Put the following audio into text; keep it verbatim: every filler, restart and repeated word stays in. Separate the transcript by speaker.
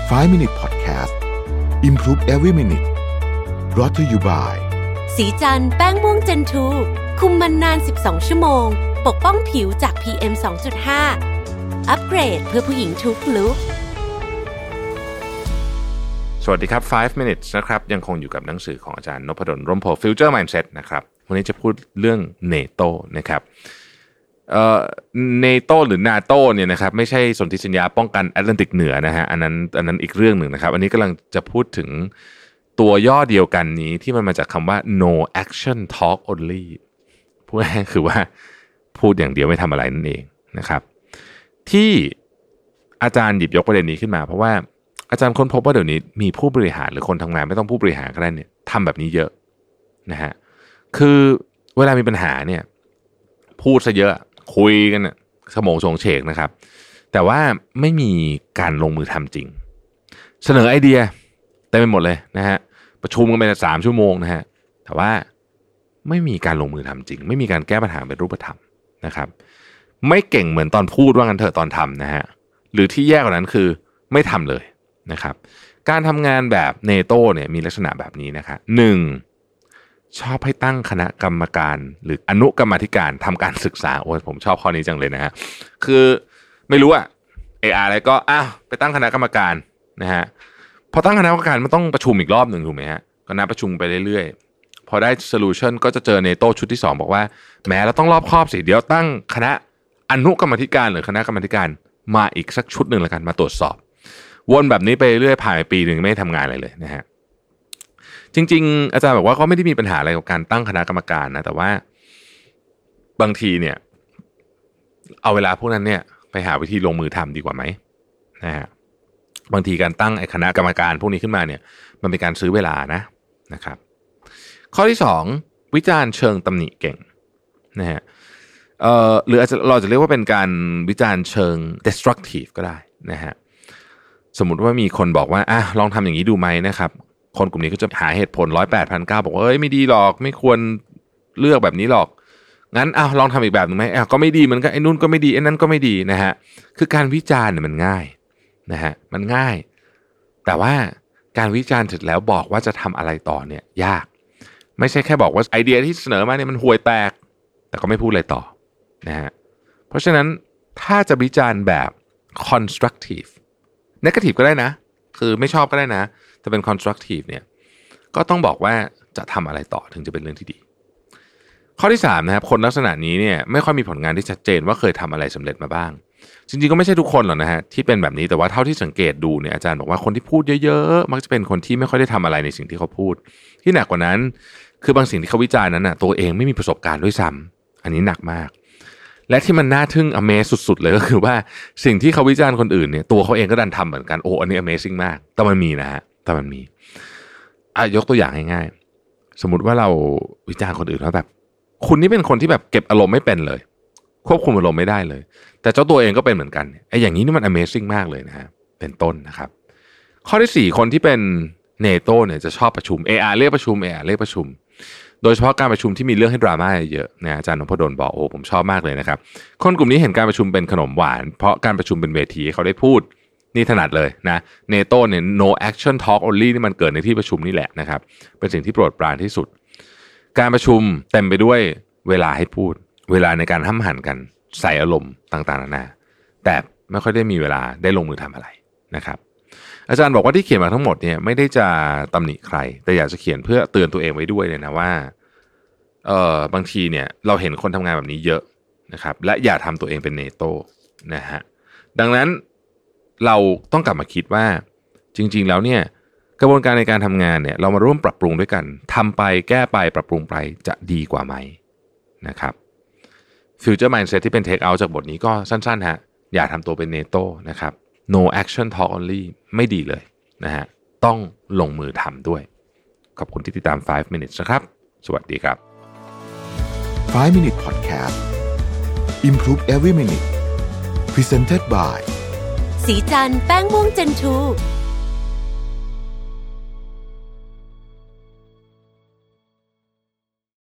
Speaker 1: ไฟว์ minute podcast improve every minute brought to you by
Speaker 2: สีจันแป้งม่วงเจนทูคุมมันนานสิบสองชั่วโมงปกป้องผิวจาก พี เอ็ม สองจุดห้า อัปเกรดเพื่อผู้หญิงทุกลุค
Speaker 3: สวัสดีครับไฟว์ minutes นะครับยังคงอยู่กับหนังสือของอาจารย์นพดลร่มโพธิ์ Future Mindset นะครับวันนี้จะพูดเรื่อง NATO นะครับเอ่อ NATO หรือ NATO เนี่ยนะครับไม่ใช่สนธิสัญญาป้องกันแอตแลนติกเหนือนะฮะอันนั้นอันนั้นอีกเรื่องหนึ่งนะครับอันนี้กำลังจะพูดถึงตัวย่อเดียวกันนี้ที่มันมาจากคำว่า no action talk only พูดง่ายๆคือว่าพูดอย่างเดียวไม่ทำอะไรนั่นเองนะครับที่อาจารย์หยิบยกประเด็นนี้ขึ้นมาเพราะว่าอาจารย์ค้นพบว่าเดี๋ยวนี้มีผู้บริหารหรือคนทำงานไม่ต้องผู้บริหารก็ได้เนี่ยทำแบบนี้เยอะนะฮะคือเวลามีปัญหาเนี่ยพูดซะเยอะคุยกันน่ะสมองทรงเฉกนะครับแต่ว่าไม่มีการลงมือทำจริงเสนอไอเดียเต็มไปหมดเลยนะฮะประชุมกันไปสามชั่วโมงนะฮะแต่ว่าไม่มีการลงมือทำจริงไม่มีการแก้ปัญหาเป็นรูปธรรมนะครับไม่เก่งเหมือนตอนพูดว่างั้นเถอะตอนทำนะฮะหรือที่แย่กว่านั้นคือไม่ทำเลยนะครับการทำงานแบบ NATO เนี่ยมีลักษณะแบบนี้นะครับหนึ่งชอบให้ตั้งคณะกรรมการหรืออนุกรรมาธิการทำการศึกษาโอ้ยผมชอบข้อนี้จังเลยนะฮะคือไม่รู้อะเอออะไรก็อ้าวไปตั้งคณะกรรมการนะฮะพอตั้งคณะกรรมการมันต้องประชุมอีกรอบหนึ่งถูกไหมฮะก็นัดประชุมไปเรื่อยๆพอได้โซลูชันก็จะเจอ NATO ชุดที่สองบอกว่าแหมเราต้องรอบคอบสิเดี๋ยวตั้งคณะอนุกรรมาธิการหรือคณะกรรมาธิการมาอีกสักชุดหนึ่งแล้วกันมาตรวจสอบวนแบบนี้ไปเรื่อยผ่านไปปีหนึ่งไม่ทำงานอะไรเลยนะฮะจริงๆอาจารย์บอกว่าเขาไม่ได้มีปัญหาอะไรกับการตั้งคณะกรรมการนะแต่ว่าบางทีเนี่ยเอาเวลาพวกนั้นเนี่ยไปหาวิธีลงมือทำดีกว่าไหมนะฮะบางทีการตั้งไอ้คณะกรรมการพวกนี้ขึ้นมาเนี่ยมันเป็นการซื้อเวลานะนะครับข้อที่สองวิจารณ์เชิงตำหนิเก่งนะฮะเอ่อหรืออาจจะเราจะเรียกว่าเป็นการวิจารณ์เชิง destructive ก็ได้นะฮะสมมุติว่ามีคนบอกว่าอ่ะลองทำอย่างนี้ดูไหมนะครับคนกลุ่มนี้ก็จะหาเหตุผลหนึ่งร้อยแปดพันเก้าร้อยบอกว่าเอ้ยไม่ดีหรอกไม่ควรเลือกแบบนี้หรอกงั้นอ้าวลองทำอีกแบบนึงไหมอ้าวก็ไม่ดีเหมือนกันไอ้นู่นก็ไม่ดีไอ้นั่นก็ไม่ดีนะฮะคือการวิจารณ์เนี่ยมันง่ายนะฮะมันง่ายแต่ว่าการวิจารณ์เสร็จแล้วบอกว่าจะทำอะไรต่อเนี่ยยากไม่ใช่แค่บอกว่าไอเดียที่เสนอมาเนี่ยมันห่วยแตกแต่ก็ไม่พูดอะไรต่อนะฮะเพราะฉะนั้นถ้าจะวิจารณ์แบบ constructive negative ก็ได้นะคือไม่ชอบก็ได้นะแต่เป็น constructive เนี่ยก็ต้องบอกว่าจะทำอะไรต่อถึงจะเป็นเรื่องที่ดีข้อที่สามนะครับคนลักษณะนี้เนี่ยไม่ค่อยมีผลงานที่ชัดเจนว่าเคยทำอะไรสำเร็จมาบ้างจริงๆก็ไม่ใช่ทุกคนหรอกนะฮะที่เป็นแบบนี้แต่ว่าเท่าที่สังเกตดูเนี่ยอาจารย์บอกว่าคนที่พูดเยอะๆมักจะเป็นคนที่ไม่ค่อยได้ทำอะไรในสิ่งที่เขาพูดที่หนักกว่านั้นคือบางสิ่งที่เขาวิจารณ์นั้นน่ะตัวเองไม่มีประสบการณ์ด้วยซ้ำอันนี้หนักมากและที่มันน่าทึ่ง Amaze สุดๆเลยก็คือว่าสิ่งที่เขาวิจารณ์คนอื่นเนี่ยตัวเขาเองก็ดันทำเหมือนกันโอ้อันนี้ Amazing มากแต่มันมีนะฮะแต่มันมีอ่ะยกตัวอย่างง่ายๆสมมุติว่าเราวิจารณ์คนอื่นว่าแบบคุณนี่เป็นคนที่แบบเก็บอารมณ์ไม่เป็นเลยควบคุมอารมณ์ไม่ได้เลยแต่เจ้าตัวเองก็เป็นเหมือนกันไอ้อย่างนี้นี่มัน Amazing มากเลยนะฮะเป็นต้นนะครับข้อที่สี่คนที่เป็น NATO เนี่ยจะชอบประชุม เอ อาร์ เรียกประชุม เอ อาร์ เรียกประชุมโดยเฉพาะการประชุมที่มีเรื่องให้ดราม่าเยอะนะอาจารย์นพดลบอกโอ้ผมชอบมากเลยนะครับคนกลุ่มนี้เห็นการประชุมเป็นขนมหวานเพราะการประชุมเป็นเวทีเขาได้พูดนี่ถนัดเลยนะ NATO เนี่ย no action talk only นี่มันเกิดในที่ประชุมนี่แหละนะครับเป็นสิ่งที่โปรดปรานที่สุดการประชุมเต็มไปด้วยเวลาให้พูดเวลาในการห้ำหั่นกันใส่อารมณ์ต่างๆนานาแต่ไม่ค่อยได้มีเวลาได้ลงมือทำอะไรนะครับอาจารย์บอกว่าที่เขียนมาทั้งหมดเนี่ยไม่ได้จะตำหนิใครแต่อยากจะเขียนเพื่อเตือนตัวเองไว้ด้วยเลยนะว่าเอ่อบางทีเนี่ยเราเห็นคนทำงานแบบนี้เยอะนะครับและอย่าทำตัวเองเป็น NATO นะฮะดังนั้นเราต้องกลับมาคิดว่าจริงๆแล้วเนี่ยกระบวนการในการทำงานเนี่ยเรามาร่วมปรับปรุงด้วยกันทำไปแก้ไปปรับปรุงไปจะดีกว่าไหมนะครับ Future Mindset ที่เป็น take out จากบทนี้ก็สั้นๆฮะอย่าทำตัวเป็น NATO นะครับno action talk only ไม่ดีเลยนะฮะต้องลงมือทำด้วยขอบคุณที่ติดตามไฟว์ minutes นะครับสวัสดีครับ
Speaker 1: ไฟว์ minute podcast improve every minute presented by
Speaker 2: สีจันแป้งม่วงเจนทู